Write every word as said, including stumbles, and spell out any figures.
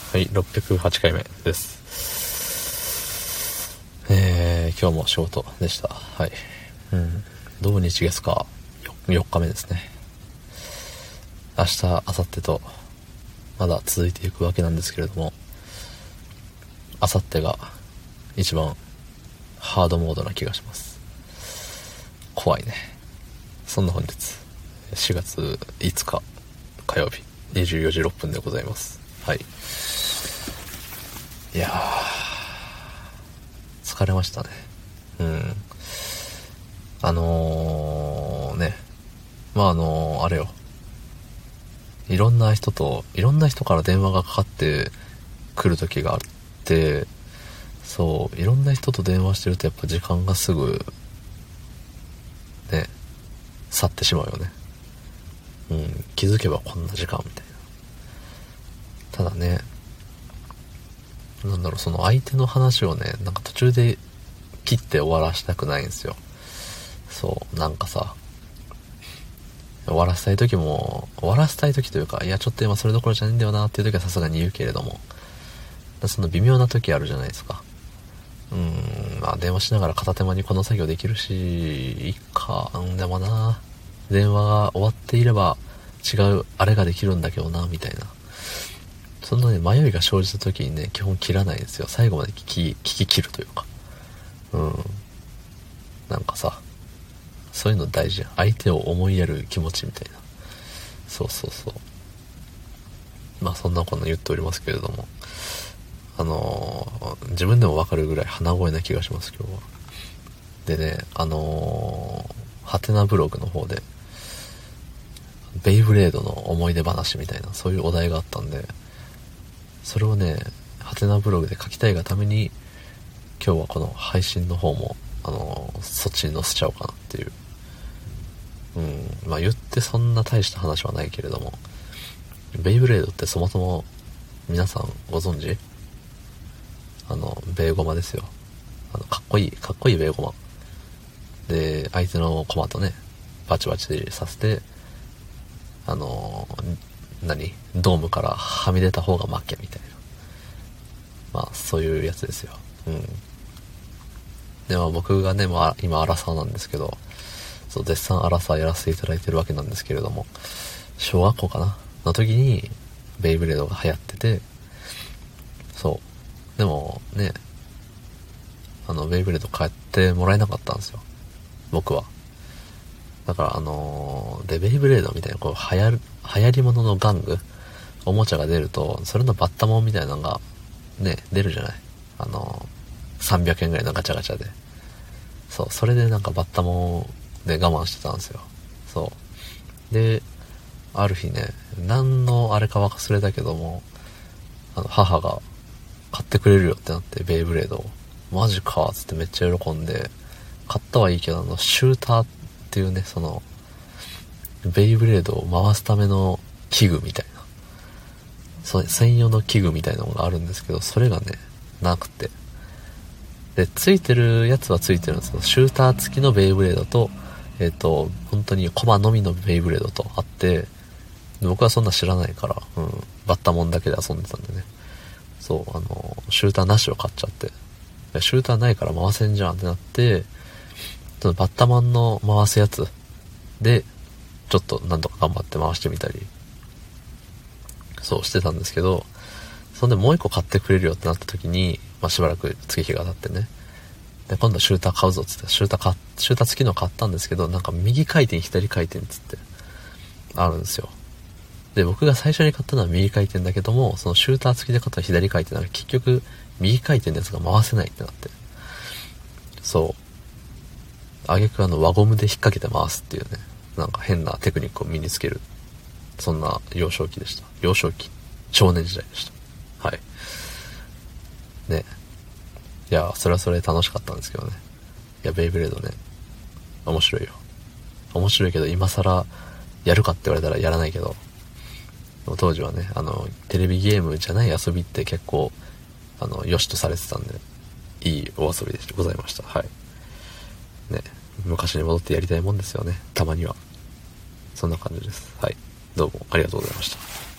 はい、ろっぴゃくはちかいめです。えー、今日も仕事でした。はい。うん。土日月火よっかめですね。明日、明後日とまだ続いていくわけなんですけれども、明後日が一番ハードモードな気がします。怖いね。そんな本日しがついつか火曜日にじゅうよじろっぷんでございます。はい。いやー、疲れましたね。うん。あのー、ね。まああのー、あれよ。いろんな人と、いろんな人から電話がかかってくる時があって、そう、いろんな人と電話してるとやっぱ時間がすぐ、ね、去ってしまうよね。うん、気づけばこんな時間みたいな。ただね、なんだろう、その相手の話をね、なんか途中で切って終わらしたくないんですよ。そう、なんかさ、終わらせたい時も、終わらせたい時というか、いやちょっと今それどころじゃないんだよなっていう時はさすがに言うけれども、その微妙な時あるじゃないですか。うーん、まあ電話しながら片手間にこの作業できるし、いいか、うん、でもな、電話が終わっていれば違うあれができるんだけどな、みたいな。そんなね、迷いが生じた時にね、基本切らないんですよ。最後まで聞き、聞き切るというか。うん。なんかさ、そういうの大事じゃん。相手を思いやる気持ちみたいな。そうそうそう。まあそんなこんな言っておりますけれども。あのー、自分でもわかるぐらい鼻声な気がします、今日は。でね、あのー、ハテナブログの方で、ベイブレードの思い出話みたいな、そういうお題があったんで、それをね、ハテナブログで書きたいがために、今日はこの配信の方も、あのー、そっちに載せちゃおうかなっていう。うん、まあ言ってそんな大した話はないけれども、ベイブレードってそもそも皆さんご存知？あの、ベーゴマですよ。あの、かっこいい、かっこいいベーゴマ。で、相手のコマとね、バチバチさせて、あのー、何？ドームからはみ出た方が負けみたいな。まあ、そういうやつですよ。うん。で、まあ僕がね、まあ、今アラサーなんですけど、そう、絶賛アラサーやらせていただいてるわけなんですけれども、小学校かなの時に、ベイブレードが流行ってて、そう。でも、ね、あの、ベイブレード買ってもらえなかったんですよ。僕は。だから、あのー、で、ベイブレードみたいな、こう、流行る、流行り物の玩具、おもちゃが出ると、それのバッタモンみたいなのが、ね、出るじゃない。あのー、さんびゃくえんぐらいのガチャガチャで。そう、それでなんかバッタモンで我慢してたんですよ。そう。で、ある日ね、何のあれか忘れたけども、あの、母が買ってくれるよってなって、ベイブレードを。マジかーつってめっちゃ喜んで、買ったはいいけど、あの、シューターっていうね、その、ベイブレードを回すための器具みたいな。それ専用の器具みたいなのがあるんですけど、それがね、なくて。で、ついてるやつはついてるんですけど、シューター付きのベイブレードと、えっと、本当にコマのみのベイブレードとあって、僕はそんな知らないから、うん、バッタモンだけで遊んでたんでね。そう、あの、シューターなしを買っちゃって。シューターないから回せんじゃんってなって、そのバッタマンの回すやつで、ちょっとなんとか頑張って回してみたり、そうしてたんですけど、そんでもう一個買ってくれるよってなった時に、まあしばらく月日が経ってね。で、今度シューター買うぞっつって、シューター買っ、シューター付きの買ったんですけど、なんか右回転左回転っつって、あるんですよ。で、僕が最初に買ったのは右回転だけども、そのシューター付きで買ったら左回転なので、結局、右回転のやつが回せないってなって。そう。挙句あの輪ゴムで引っ掛けて回すっていうね、なんか変なテクニックを身につける。そんな幼少期でした。幼少期。少年時代でした。はい。ね。いや、それはそれで楽しかったんですけどね。いや、ベイブレードね。面白いよ。面白いけど、今更やるかって言われたらやらないけど、当時はね、あの、テレビゲームじゃない遊びって結構、あの、良しとされてたんで、いいお遊びでございました。はい。ね。昔に戻ってやりたいもんですよね。たまには。そんな感じです。はい。どうもありがとうございました。